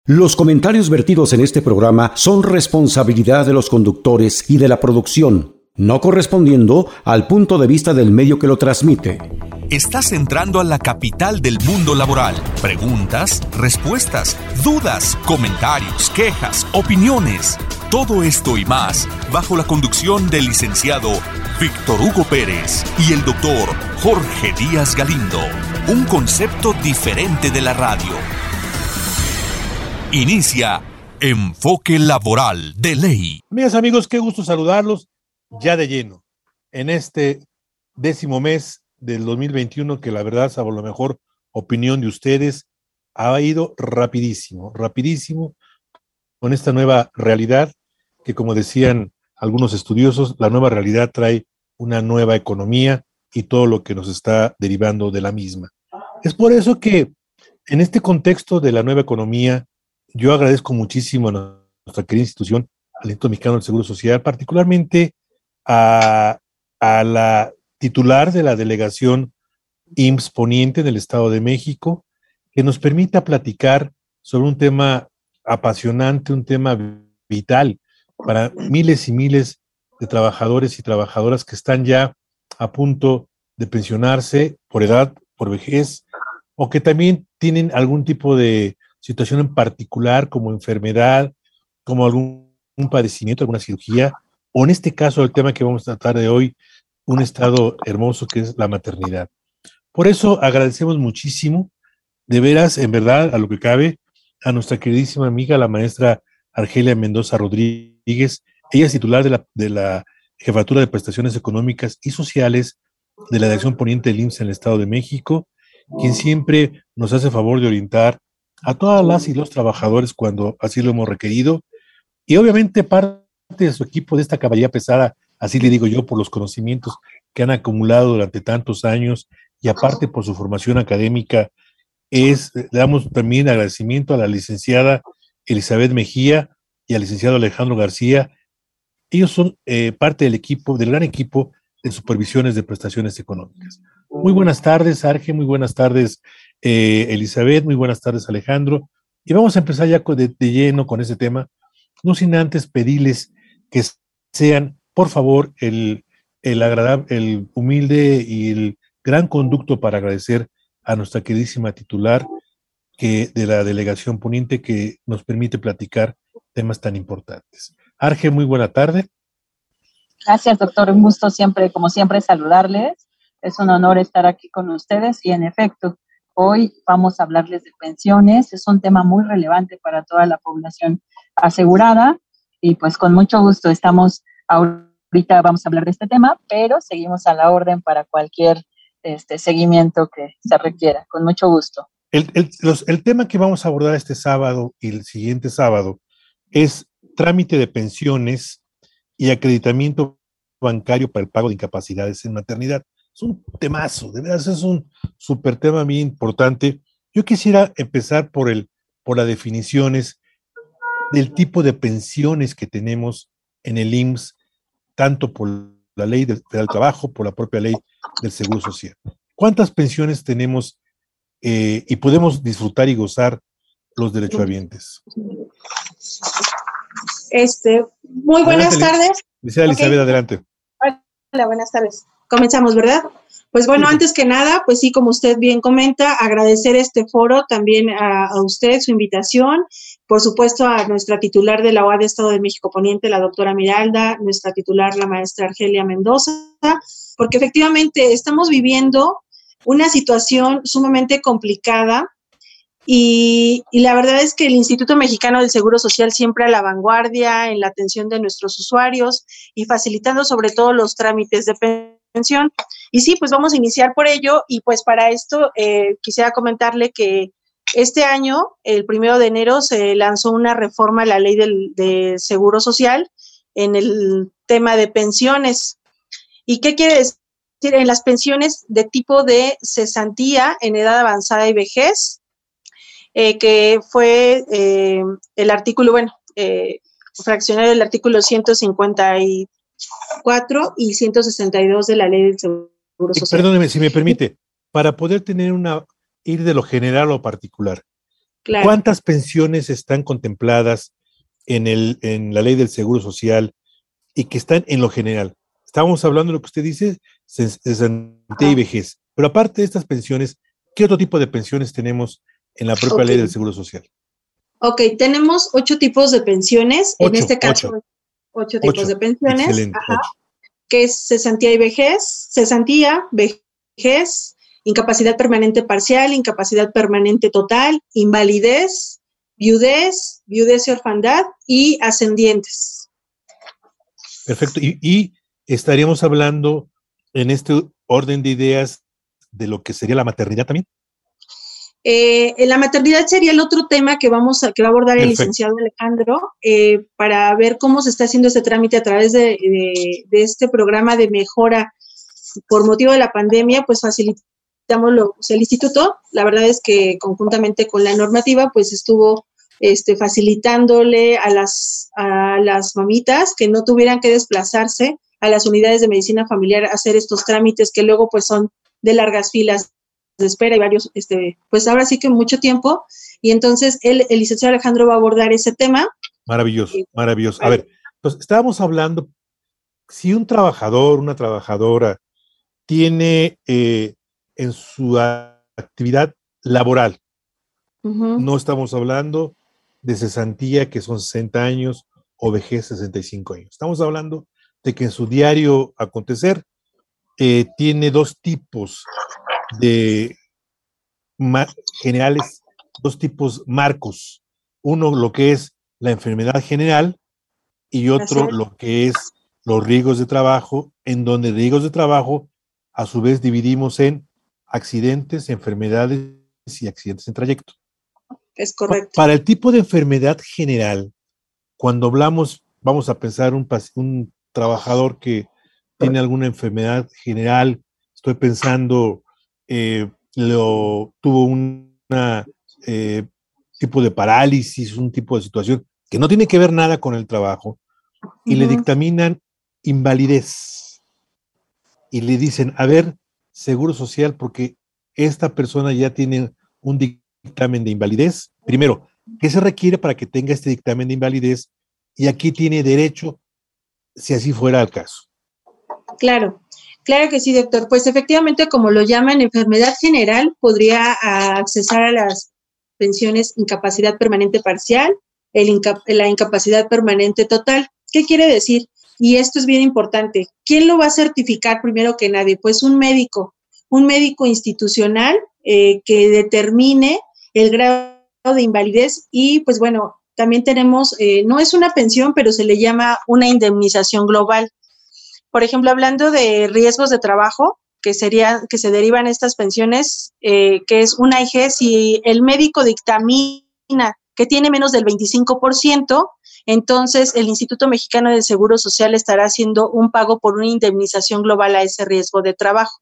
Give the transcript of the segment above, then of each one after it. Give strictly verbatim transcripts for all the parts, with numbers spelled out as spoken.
Los comentarios vertidos en este programa son responsabilidad de los conductores y de la producción, no correspondiendo al punto de vista del medio que lo transmite. Estás entrando a la capital del mundo laboral. Preguntas, respuestas, dudas, comentarios, quejas, opiniones. Todo esto y más, bajo la conducción del licenciado Víctor Hugo Pérez y el doctor Jorge Díaz Galindo. Un concepto diferente de la radio. Inicia Enfoque Laboral de Ley. Amigas, amigos, qué gusto saludarlos ya de lleno en este décimo mes del dos mil veintiuno, que la verdad, salvo la mejor opinión de ustedes, ha ido rapidísimo, rapidísimo con esta nueva realidad que, como decían algunos estudiosos, la nueva realidad trae una nueva economía y todo lo que nos está derivando de la misma. Es por eso que en este contexto de la nueva economía, yo agradezco muchísimo a nuestra querida institución, al Instituto Mexicano del Seguro Social, particularmente a, a la titular de la delegación I M S S Poniente del Estado de México, que nos permita platicar sobre un tema apasionante, un tema vital para miles y miles de trabajadores y trabajadoras que están ya a punto de pensionarse por edad, por vejez, o que también tienen algún tipo de situación en particular, como enfermedad, como algún un padecimiento, alguna cirugía, o en este caso el tema que vamos a tratar de hoy, un estado hermoso que es la maternidad. Por eso agradecemos muchísimo, de veras, en verdad, a lo que cabe, a nuestra queridísima amiga, la maestra Argelia Mendoza Rodríguez. Ella es titular de la, de la Jefatura de Prestaciones Económicas y Sociales de la Delegación Poniente del I M S S en el Estado de México, quien siempre nos hace favor de orientar a todas las y los trabajadores cuando así lo hemos requerido, y obviamente parte de su equipo de esta caballería pesada, así le digo yo, por los conocimientos que han acumulado durante tantos años, y aparte por su formación académica, es, le damos también agradecimiento a la licenciada Elizabeth Mejía y al licenciado Alejandro García. Ellos son eh, parte del equipo, del gran equipo de supervisiones de prestaciones económicas. Muy buenas tardes, Arge, muy buenas tardes, eh, Elizabeth, muy buenas tardes, Alejandro. Y vamos a empezar ya de, de lleno con ese tema, no sin antes pedirles que sean, por favor, el, el agradable, el humilde y el gran conducto para agradecer a nuestra queridísima titular que, de la Delegación Poniente, que nos permite platicar temas tan importantes. Arge, muy buena tarde. Gracias, doctor. Un gusto siempre, como siempre, saludarles. Es un honor estar aquí con ustedes y, en efecto, hoy vamos a hablarles de pensiones. Es un tema muy relevante para toda la población asegurada y, pues, con mucho gusto estamos ahorita, vamos a hablar de este tema, pero seguimos a la orden para cualquier este, seguimiento que se requiera. Con mucho gusto. El, el, los, el tema que vamos a abordar este sábado y el siguiente sábado es trámite de pensiones y acreditamiento bancario para el pago de incapacidades en maternidad. Es un temazo, de verdad, es un súper tema muy importante. Yo quisiera empezar por, el, por las definiciones del tipo de pensiones que tenemos en el I M S S, tanto por la ley del, del trabajo, por la propia ley del Seguro Social. ¿Cuántas pensiones tenemos eh, y podemos disfrutar y gozar los derechohabientes? Este, muy buenas adelante, tardes. Dice Elizabeth, okay. Adelante. Hola, buenas tardes. Comenzamos, ¿verdad? Pues bueno, sí. Antes que nada, pues sí, como usted bien comenta, agradecer este foro, también a, a usted, su invitación, por supuesto a nuestra titular de la U A D Estado de México Poniente, la doctora Miralda, nuestra titular, la maestra Argelia Mendoza, porque efectivamente estamos viviendo una situación sumamente complicada. Y, y la verdad es que el Instituto Mexicano del Seguro Social siempre a la vanguardia en la atención de nuestros usuarios y facilitando sobre todo los trámites de pensión. Y sí, pues vamos a iniciar por ello y pues para esto eh, quisiera comentarle que este año, el primero de enero, se lanzó una reforma a la ley del, de Seguro Social en el tema de pensiones. ¿Y qué quiere decir? En las pensiones de tipo de cesantía en edad avanzada y vejez, Eh, que fue eh, el artículo, bueno, eh, fraccionario del artículo ciento cincuenta y cuatro y ciento sesenta y dos de la Ley del Seguro Social. Perdóneme, si me permite, para poder tener una, ir de lo general a lo particular, Claro. ¿Cuántas pensiones están contempladas en, el, en la ley del Seguro Social y que están en lo general? Estábamos hablando de lo que usted dice, cesantía y vejez. Pero aparte de estas pensiones, ¿qué otro tipo de pensiones tenemos en la propia okay. ley del Seguro Social? Ok, tenemos ocho tipos de pensiones. Ocho, en este caso, ocho, ocho tipos ocho. de pensiones. Excelente, Ajá, ocho. Que es cesantía y vejez, cesantía, vejez, incapacidad permanente parcial, incapacidad permanente total, invalidez, viudez, viudez y orfandad y ascendientes. Perfecto. Y, y estaríamos hablando en este orden de ideas de lo que sería la maternidad también. Eh, la maternidad sería el otro tema que vamos a, que va a abordar Perfecto. el licenciado Alejandro eh, para ver cómo se está haciendo este trámite a través de, de, de este programa de mejora por motivo de la pandemia, pues facilitamos lo, o sea, el instituto, la verdad es que conjuntamente con la normativa, pues estuvo este, facilitándole a las, a las mamitas que no tuvieran que desplazarse a las unidades de medicina familiar a hacer estos trámites que luego pues son de largas filas de espera y varios, este, pues ahora sí que mucho tiempo, y entonces él, el licenciado Alejandro va a abordar ese tema. Maravilloso, eh, maravilloso. A ver, pues estábamos hablando, si un trabajador, una trabajadora tiene eh, en su actividad laboral, uh-huh. no estamos hablando de cesantía, que son sesenta años, o vejez, sesenta y cinco años. Estamos hablando de que en su diario acontecer eh, tiene dos tipos de ma- generales, dos tipos marcos. Uno, lo que es la enfermedad general, y otro, lo que es los riesgos de trabajo, en donde riesgos de trabajo a su vez dividimos en accidentes, enfermedades y accidentes en trayecto. Es correcto. Para el tipo de enfermedad general, cuando hablamos, vamos a pensar un, un trabajador que tiene alguna enfermedad general, estoy pensando, eh, lo, tuvo un eh, tipo de parálisis, un tipo de situación que no tiene que ver nada con el trabajo, y uh-huh. le dictaminan invalidez. Y le dicen, a ver, Seguro Social, porque esta persona ya tiene un dictamen de invalidez. Primero, ¿qué se requiere para que tenga este dictamen de invalidez? Y aquí tiene derecho, si así fuera el caso. Claro, claro que sí, doctor. Pues efectivamente, como lo llaman enfermedad general, podría accesar a las pensiones incapacidad permanente parcial, el inca- la incapacidad permanente total. ¿Qué quiere decir? Y esto es bien importante. ¿Quién lo va a certificar primero que nadie? Pues un médico, un médico institucional eh, que determine el grado de invalidez y pues bueno, también tenemos, eh, no es una pensión, pero se le llama una indemnización global. Por ejemplo, hablando de riesgos de trabajo, que sería, que se derivan estas pensiones, eh, que es una I G, si el médico dictamina que tiene menos del veinticinco por ciento, entonces el Instituto Mexicano del Seguro Social estará haciendo un pago por una indemnización global a ese riesgo de trabajo.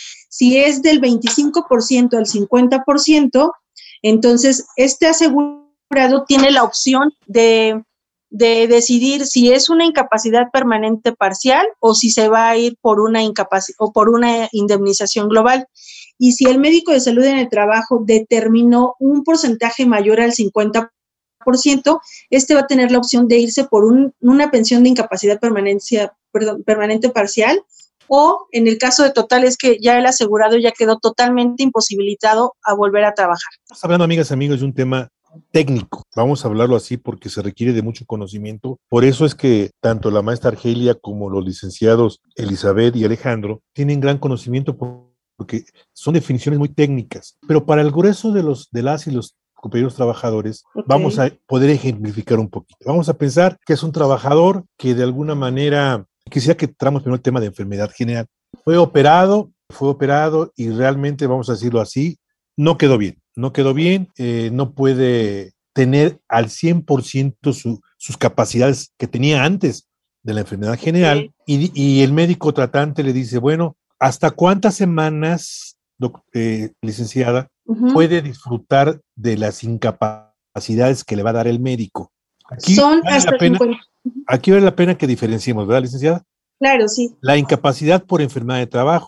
Si es del veinticinco por ciento al cincuenta por ciento, entonces este asegurado tiene la opción de, de decidir si es una incapacidad permanente parcial o si se va a ir por una incapac- o por una indemnización global. Y si el médico de salud en el trabajo determinó un porcentaje mayor al cincuenta por ciento, este va a tener la opción de irse por un, una pensión de incapacidad permanencia, perdón, permanente parcial, o en el caso de total es que ya el asegurado ya quedó totalmente imposibilitado a volver a trabajar. Estamos hablando, amigas y amigos, de un tema técnico, vamos a hablarlo así porque se requiere de mucho conocimiento. Por eso es que tanto la maestra Argelia como los licenciados Elizabeth y Alejandro tienen gran conocimiento porque son definiciones muy técnicas, pero para el grueso de los de las y los compañeros trabajadores, okay, vamos a poder ejemplificar un poquito. Vamos a pensar que es un trabajador que de alguna manera, quisiera que traemos primero el tema de enfermedad general. Fue operado, fue operado y realmente, vamos a decirlo así, no quedó bien. No quedó bien, eh, no puede tener al cien por ciento su, sus capacidades que tenía antes de la enfermedad general, okay, y, y el médico tratante le dice, bueno, ¿hasta cuántas semanas, doc, eh, licenciada, uh-huh, puede disfrutar de las incapacidades que le va a dar el médico? Aquí Son vale hasta la pena, cincuenta. aquí vale la pena que diferenciemos, ¿verdad, licenciada? Claro, sí. La incapacidad por enfermedad de trabajo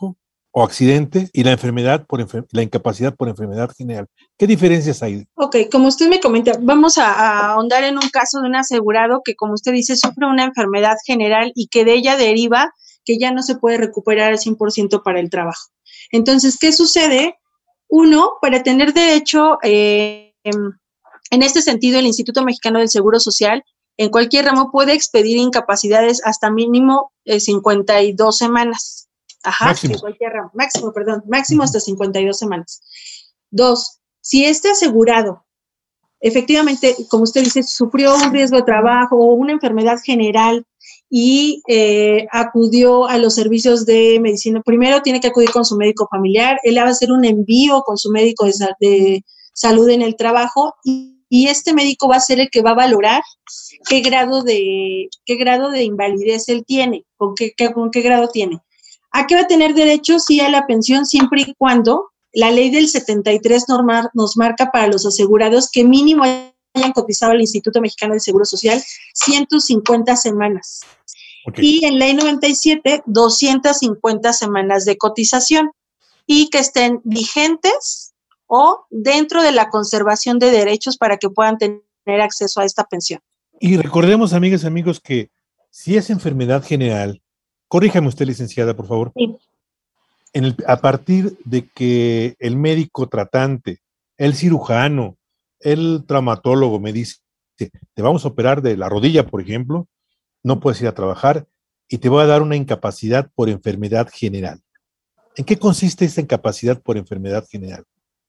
o accidente y la enfermedad por enfer- la incapacidad por enfermedad general. ¿Qué diferencias hay? Ok, como usted me comenta, vamos a, a ahondar en un caso de un asegurado que, como usted dice, sufre una enfermedad general y que de ella deriva que ya no se puede recuperar al cien por ciento para el trabajo. Entonces, ¿qué sucede? Uno, para tener derecho, eh, en este sentido, el Instituto Mexicano del Seguro Social, en cualquier ramo, puede expedir incapacidades hasta mínimo eh, cincuenta y dos semanas. Ajá, Máximo. en cualquier ramo. Máximo, perdón, máximo hasta cincuenta y dos semanas. Dos, si este asegurado, efectivamente, como usted dice, sufrió un riesgo de trabajo o una enfermedad general y eh, acudió a los servicios de medicina, primero tiene que acudir con su médico familiar, él va a hacer un envío con su médico de, de salud en el trabajo y, y este médico va a ser el que va a valorar qué grado de, qué grado de invalidez él tiene, con qué, qué, con qué grado tiene. ¿A qué va a tener derecho? Sí, a la pensión siempre y cuando la ley del setenta y tres norma, nos marca para los asegurados que mínimo hayan cotizado al Instituto Mexicano del Seguro Social ciento cincuenta semanas. Okay. Y en ley noventa y siete, doscientas cincuenta semanas de cotización y que estén vigentes o dentro de la conservación de derechos para que puedan tener acceso a esta pensión. Y recordemos, amigas y amigos, que si es enfermedad general, corríjame usted, licenciada, por favor. Sí. En el, a partir de que el médico tratante, el cirujano, el traumatólogo me dice, te vamos a operar de la rodilla, por ejemplo, no puedes ir a trabajar y te voy a dar una incapacidad por enfermedad general. ¿En qué consiste esta incapacidad por enfermedad general?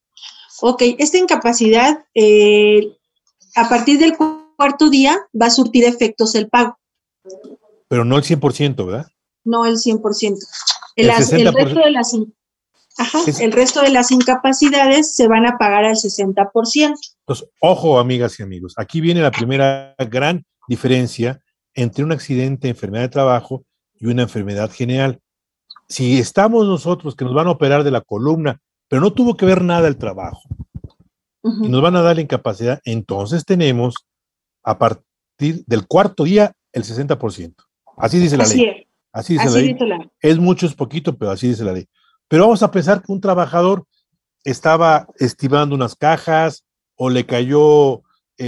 Ok, esta incapacidad, eh, a partir del cuarto día va a surtir efectos el pago. Pero no el cien por ciento, ¿verdad? No el cien por ciento. El, El sesenta por ciento. el, resto de las, ajá, es, el resto de las incapacidades se van a pagar al sesenta por ciento. Entonces, ojo, amigas y amigos, aquí viene la primera gran diferencia entre un accidente, enfermedad de trabajo y una enfermedad general. Si estamos nosotros que nos van a operar de la columna, pero no tuvo que ver nada el trabajo, uh-huh. y nos van a dar la incapacidad, entonces tenemos a partir del cuarto día el sesenta por ciento. Así dice la así ley. Es. Así dice así la ley. Dice la... Es mucho, es poquito, pero así dice la ley. Pero vamos a pensar que un trabajador estaba estivando unas cajas o le cayó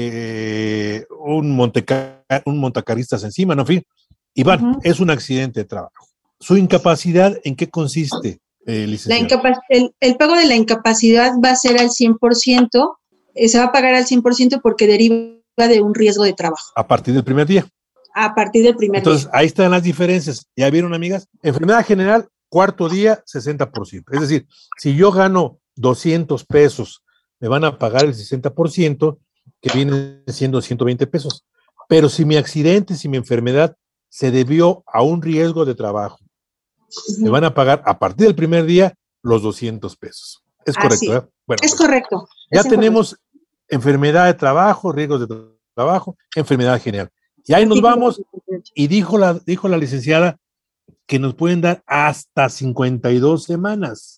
eh, un, monteca, un montacaristas encima, ¿no? En fin, Iván, uh-huh. es un accidente de trabajo. ¿Su incapacidad en qué consiste, eh, licenciado? La el, el pago de la incapacidad va a ser al cien por ciento, eh, se va a pagar al cien por ciento porque deriva de un riesgo de trabajo. A partir del primer día. A partir del primer Entonces, día. Entonces, ahí están las diferencias. ¿Ya vieron, amigas? Enfermedad general, cuarto día, sesenta por ciento. Es decir, si yo gano doscientos pesos, me van a pagar el sesenta por ciento, que viene siendo ciento veinte pesos. Pero si mi accidente, si mi enfermedad se debió a un riesgo de trabajo, uh-huh. me van a pagar a partir del primer día los doscientos pesos. Es correcto, sí. ¿verdad? Bueno, es pues, correcto. Ya es tenemos correcto. enfermedad de trabajo, riesgos de tra- trabajo, enfermedad general. Y ahí nos vamos, y dijo la, dijo la licenciada que nos pueden dar hasta cincuenta y dos semanas.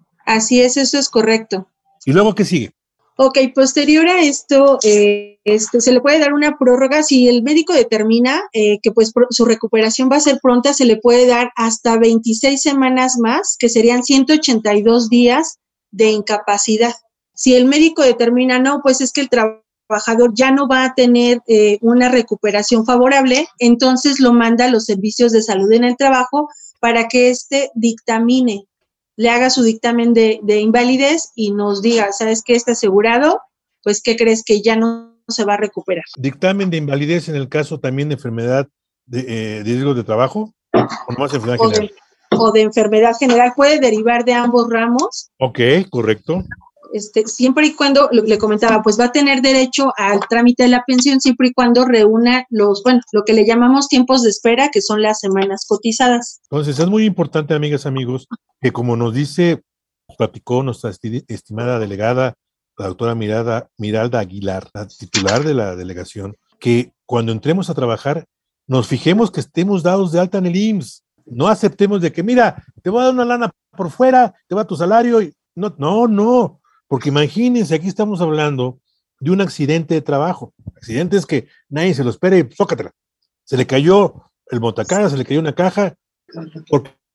Así es, eso es correcto. ¿Y luego qué sigue? Ok, posterior a esto, eh, este, se le puede dar una prórroga. Si el médico determina eh, que pues pro, su recuperación va a ser pronta, se le puede dar hasta veintiséis semanas más, que serían ciento ochenta y dos días de incapacidad. Si el médico determina, no, pues es que el trabajo trabajador ya no va a tener eh, una recuperación favorable, entonces lo manda a los servicios de salud en el trabajo para que éste dictamine, le haga su dictamen de, de invalidez y nos diga, ¿sabes qué? Está asegurado, pues ¿qué crees? Que ya no se va a recuperar. ¿Dictamen de invalidez en el caso también de enfermedad de, eh, de riesgo de trabajo? ¿O nomás enfermedad o general? De, o de enfermedad general, puede derivar de ambos ramos. Ok, correcto. Este, siempre y cuando, lo, le comentaba, pues va a tener derecho al trámite de la pensión siempre y cuando reúna los, bueno, lo que le llamamos tiempos de espera, que son las semanas cotizadas. Entonces, es muy importante, amigas, amigos, que como nos dice, platicó nuestra esti- estimada delegada, la doctora Mirada, Miralda Aguilar, la titular de la delegación, que cuando entremos a trabajar, nos fijemos que estemos dados de alta en el I M S S. No aceptemos de que, mira, te voy a dar una lana por fuera, te va tu salario, y no, no, no. Porque imagínense, aquí estamos hablando de un accidente de trabajo. Accidentes que nadie se lo espera y zócatela. Se le cayó el montacargas, se le cayó una caja, porque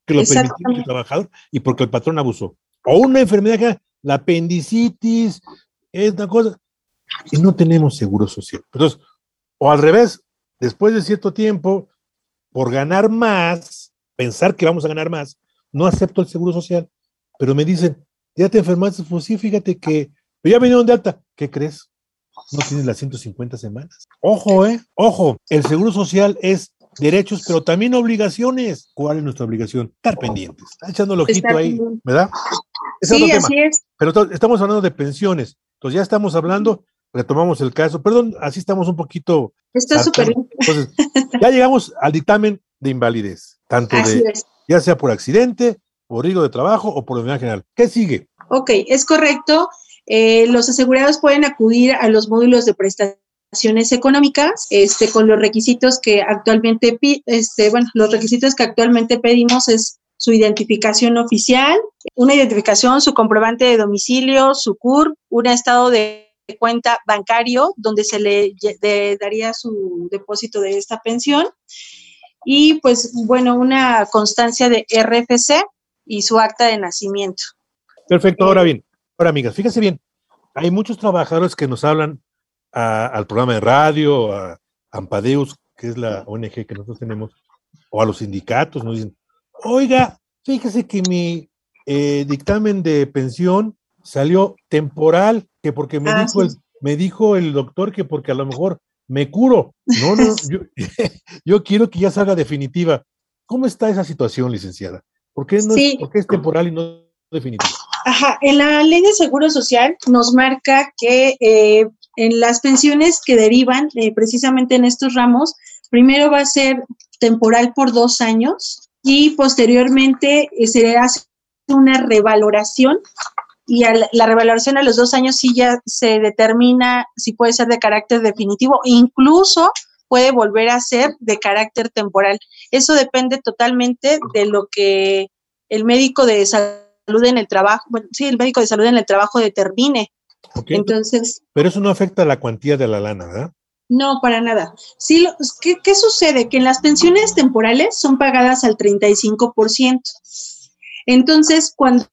porque lo permitió el trabajador y porque el patrón abusó. O una enfermedad que la apendicitis, es una cosa, y no tenemos seguro social. Entonces, o al revés, después de cierto tiempo, por ganar más, pensar que vamos a ganar más, no acepto el seguro social, pero me dicen, ¿ya te enfermaste? Pues sí, fíjate que, pero ya vinieron de alta. ¿Qué crees? No tienes las ciento cincuenta semanas. Ojo, eh, ojo, el seguro social es derechos, pero también obligaciones. ¿Cuál es nuestra obligación? Estar pendientes. Está echando el ojito Está ahí, bien. ¿Verdad? Es sí, otro así tema. es. Pero to- estamos hablando de pensiones. Entonces ya estamos hablando, retomamos el caso. Perdón, así estamos un poquito. Está súper bien. Entonces, ya llegamos al dictamen de invalidez, tanto así de, es. ya sea por accidente, por riesgo de trabajo o por enfermedad general. ¿Qué sigue? Ok, es correcto. Eh, los asegurados pueden acudir a los módulos de prestaciones económicas, este, con los requisitos que actualmente, este, bueno, los requisitos que actualmente pedimos es su identificación oficial, una identificación, su comprobante de domicilio, su C U R, un estado de cuenta bancario donde se le de, daría su depósito de esta pensión y, pues, bueno, una constancia de R F C y su acta de nacimiento. Perfecto, ahora bien, ahora amigas, fíjense bien, hay muchos trabajadores que nos hablan a, al programa de radio, a Ampadeus, que es la O N G que nosotros tenemos, o a los sindicatos, nos dicen, oiga, fíjese que mi eh, dictamen de pensión salió temporal, que porque me, ah, dijo sí. el, me dijo el doctor que porque a lo mejor me curo. No, no, yo, yo quiero que ya salga definitiva. ¿Cómo está esa situación, licenciada? ¿Por qué, no sí. es, ¿por qué es temporal y no definitiva? Ajá, en la ley de seguro social nos marca que eh, en las pensiones que derivan eh, precisamente en estos ramos, primero va a ser temporal por dos años y posteriormente eh, se hace una revaloración y a la, la revaloración a los dos años sí ya se determina si puede ser de carácter definitivo, incluso puede volver a ser de carácter temporal. Eso depende totalmente de lo que el médico de salud salud en el trabajo, bueno, sí, el médico de salud en el trabajo determine. Okay. Entonces. Pero eso no afecta la cuantía de la lana, ¿verdad? No, para nada. Sí, lo, ¿qué, ¿qué sucede? Que en las pensiones temporales son pagadas al treinta y cinco por ciento. Entonces, cuando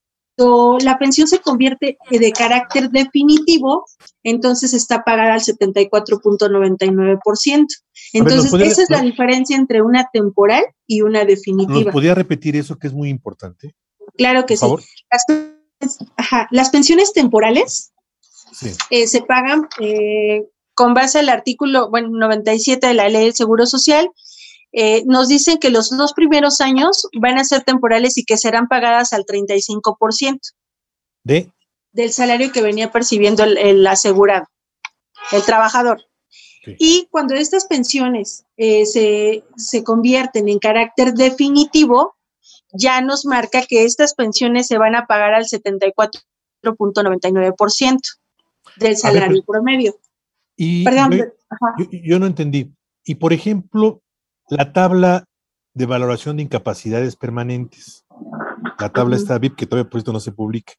la pensión se convierte de carácter definitivo, entonces está pagada al setenta y cuatro punto noventa y nueve por ciento. Entonces, ver, podría, esa es la diferencia entre una temporal y una definitiva. ¿Nos podría repetir eso que es muy importante? Claro que sí. Las, ajá, las pensiones temporales sí. eh, se pagan eh, con base al artículo bueno, noventa y siete de la Ley del Seguro Social. Eh, nos dicen que los dos primeros años van a ser temporales y que serán pagadas al treinta y cinco por ciento ¿De? del salario que venía percibiendo el, el asegurado, el trabajador. Sí. Y cuando estas pensiones eh, se, se convierten en carácter definitivo, ya nos marca que estas pensiones se van a pagar al setenta y cuatro punto noventa y nueve por ciento del salario ver, pero, promedio. Y Perdón, yo, yo, yo no entendí. Y, por ejemplo, la tabla de valoración de incapacidades permanentes, la tabla uh-huh. esta V I P, que todavía por esto no se publica,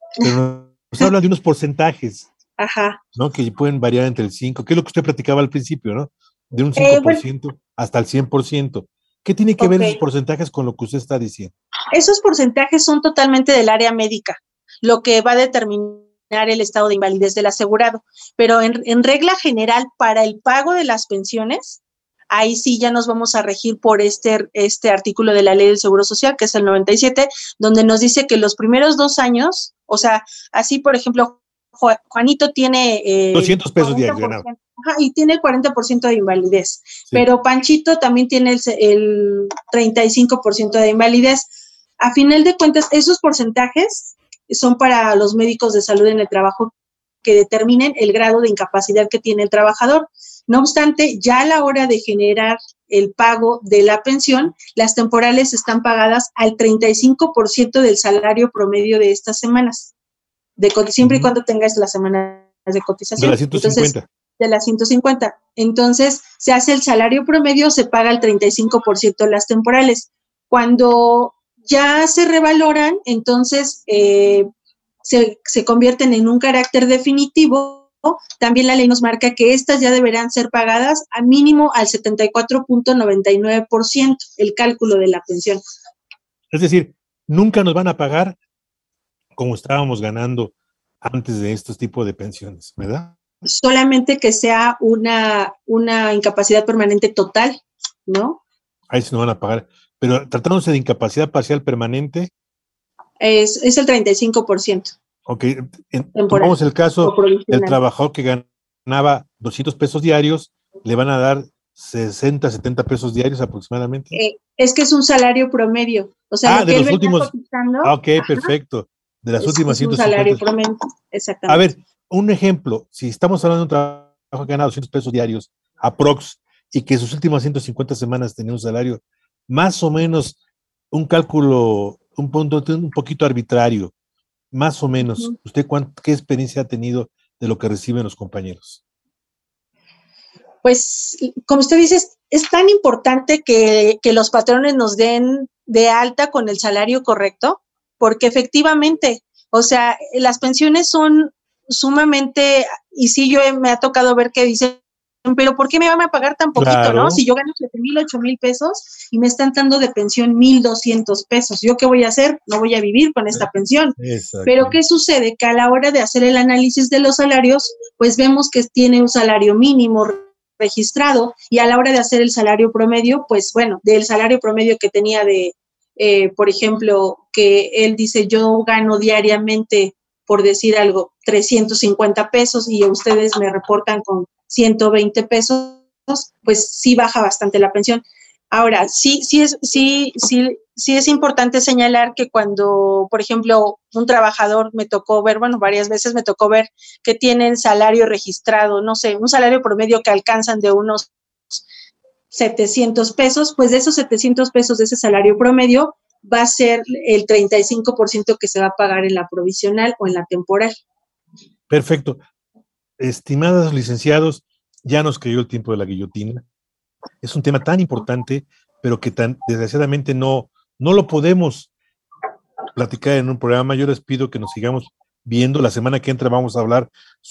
pero nos habla de unos porcentajes, Ajá. ¿no? Que pueden variar entre el cinco, que es lo que usted platicaba al principio, ¿no? De un cinco por ciento eh, bueno. hasta el cien por ciento. ¿Qué tiene que okay. ver esos porcentajes con lo que usted está diciendo? Esos porcentajes son totalmente del área médica, lo que va a determinar el estado de invalidez del asegurado. Pero en, en regla general, para el pago de las pensiones, ahí sí ya nos vamos a regir por este, este artículo de la Ley del Seguro Social, que es el noventa y siete, donde nos dice que los primeros dos años, o sea, así por ejemplo, Juanito tiene eh, doscientos pesos diarios. Ajá, y tiene el cuarenta por ciento de invalidez, sí. Pero Panchito también tiene el, el treinta y cinco por ciento de invalidez. A final de cuentas, esos porcentajes son para los médicos de salud en el trabajo que determinen el grado de incapacidad que tiene el trabajador. No obstante, ya a la hora de generar el pago de la pensión, las temporales están pagadas al treinta y cinco por ciento del salario promedio de estas semanas, de, siempre uh-huh. y cuando tengas las semanas de cotización. De las ciento cincuenta. Entonces, de las ciento cincuenta. Entonces, se hace el salario promedio, se paga el treinta y cinco por ciento de las temporales. Cuando ya se revaloran, entonces eh, se, se convierten en un carácter definitivo. También la ley nos marca que estas ya deberán ser pagadas a mínimo al setenta y cuatro punto noventa y nueve por ciento, el cálculo de la pensión. Es decir, nunca nos van a pagar como estábamos ganando antes de estos tipos de pensiones, ¿verdad? Solamente que sea una, una incapacidad permanente total, ¿no? Ahí sí nos van a pagar. Pero tratándose de incapacidad parcial permanente. Es, es el treinta y cinco por ciento. Ok, en, tomamos el caso del trabajador que ganaba doscientos pesos diarios, le van a dar sesenta, setenta pesos diarios aproximadamente. Eh, es que es un salario promedio. O sea, ah, lo de que los él últimos. Ah, ok, ajá, perfecto. De las es, últimas es un ciento cincuenta. salario promedio, exactamente. A ver, un ejemplo. Si estamos hablando de un trabajo que gana doscientos pesos diarios, aprox, y que sus últimas ciento cincuenta semanas tenía un salario más o menos, un cálculo, un punto, un poquito arbitrario, más o menos, uh-huh. ¿Usted cuánto, qué experiencia ha tenido de lo que reciben los compañeros? Pues, como usted dice, es tan importante que, que los patrones nos den de alta con el salario correcto, porque efectivamente, o sea, las pensiones son sumamente, y sí, yo me ha tocado ver que dicen, pero ¿por qué me van a pagar tan poquito, claro, no? Si yo gano siete mil, ocho mil pesos y me están dando de pensión mil doscientos pesos, ¿yo qué voy a hacer? No voy a vivir con esta pensión. Exacto. Pero ¿qué sucede? Que a la hora de hacer el análisis de los salarios, pues vemos que tiene un salario mínimo registrado, y a la hora de hacer el salario promedio, pues bueno, del salario promedio que tenía de, eh, por ejemplo, que él dice, yo gano diariamente, por decir algo, trescientos cincuenta pesos y ustedes me reportan con ciento veinte pesos, pues sí baja bastante la pensión. Ahora, sí, sí es, sí, sí, sí es importante señalar que cuando, por ejemplo, un trabajador me tocó ver, bueno, varias veces me tocó ver que tienen salario registrado, no sé, un salario promedio que alcanzan de unos setecientos pesos, pues de esos setecientos pesos de ese salario promedio va a ser el treinta y cinco por ciento que se va a pagar en la provisional o en la temporal. Perfecto. Estimados licenciados, ya nos cayó el tiempo de la guillotina. Es un tema tan importante, pero que tan desgraciadamente no, no lo podemos platicar en un programa. Yo les pido que nos sigamos viendo. La semana que entra vamos a hablar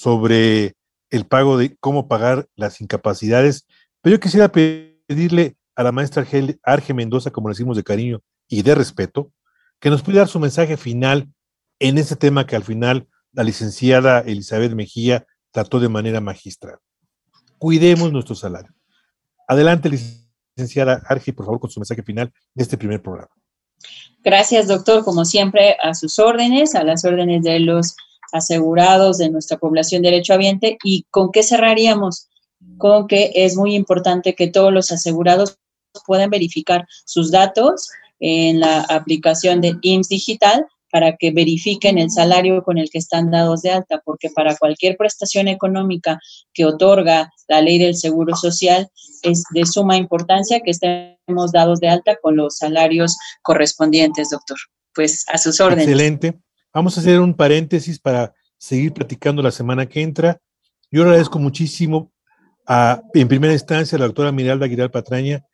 sobre el pago de cómo pagar las incapacidades. Pero yo quisiera pedirle a la maestra Arge Mendoza, como le decimos de cariño y de respeto, que nos pudiera dar su mensaje final en ese tema que al final la licenciada Elizabeth Mejía trató de manera magistral. Cuidemos nuestro salario. Adelante, licenciada Arge, por favor, con su mensaje final de este primer programa. Gracias, doctor. Como siempre, a sus órdenes, a las órdenes de los asegurados de nuestra población derechohabiente. ¿Y con qué cerraríamos? Con que es muy importante que todos los asegurados puedan verificar sus datos en la aplicación de I M S S Digital para que verifiquen el salario con el que están dados de alta, porque para cualquier prestación económica que otorga la ley del Seguro Social es de suma importancia que estemos dados de alta con los salarios correspondientes, doctor. Pues a sus órdenes. Excelente. Vamos a hacer un paréntesis para seguir platicando la semana que entra. Yo agradezco muchísimo a, en primera instancia, a la doctora Miralda Aguilar Patraña,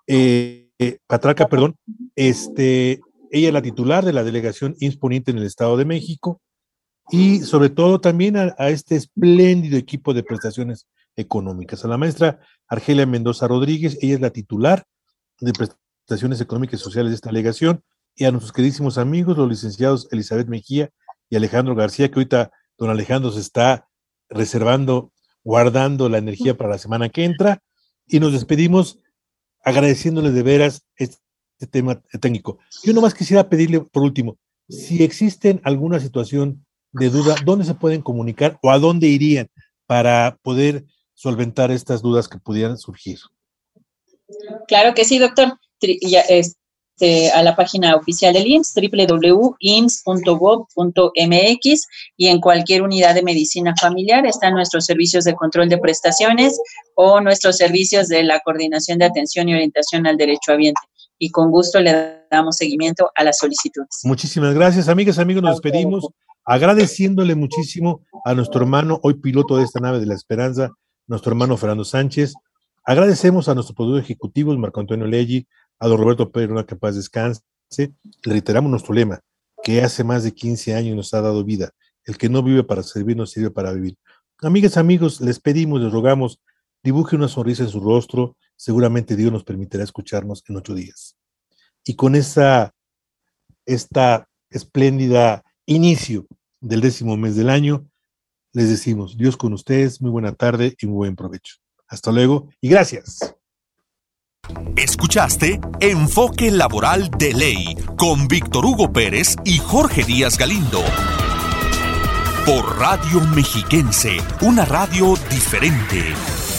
eh, eh, Patraca, perdón, este... ella es la titular de la delegación I M S S Poniente en el Estado de México, y sobre todo también a, a este espléndido equipo de prestaciones económicas. A la maestra Argelia Mendoza Rodríguez, ella es la titular de prestaciones económicas y sociales de esta delegación, y a nuestros queridísimos amigos, los licenciados Elizabeth Mejía y Alejandro García, que ahorita don Alejandro se está reservando, guardando la energía para la semana que entra, y nos despedimos agradeciéndoles de veras este este tema técnico. Yo nomás quisiera pedirle, por último, si existen alguna situación de duda, ¿dónde se pueden comunicar o a dónde irían para poder solventar estas dudas que pudieran surgir? Claro que sí, doctor. Ya, este, a la página oficial del I M S S, doble u doble u doble u punto i m s s punto gov punto m x, y en cualquier unidad de medicina familiar están nuestros servicios de control de prestaciones o nuestros servicios de la coordinación de atención y orientación al derechohabiente. Y con gusto le damos seguimiento a las solicitudes. Muchísimas gracias, amigas, amigos, nos despedimos agradeciéndole muchísimo a nuestro hermano, hoy piloto de esta nave de la esperanza, nuestro hermano Fernando Sánchez. Agradecemos a nuestros productores ejecutivos, Marco Antonio Leggi, a don Roberto Pérez, una que paz descanse. Le reiteramos nuestro lema, que hace más de quince años nos ha dado vida. El que no vive para servir, no sirve para vivir. Amigas, amigos, les pedimos, les rogamos, dibuje una sonrisa en su rostro. Seguramente Dios nos permitirá escucharnos en ocho días. Y con esa esta espléndida inicio del décimo mes del año, les decimos, Dios con ustedes, muy buena tarde y muy buen provecho. Hasta luego y gracias. Escuchaste Enfoque Laboral de Ley con Víctor Hugo Pérez y Jorge Díaz Galindo. Por Radio Mexiquense, una radio diferente.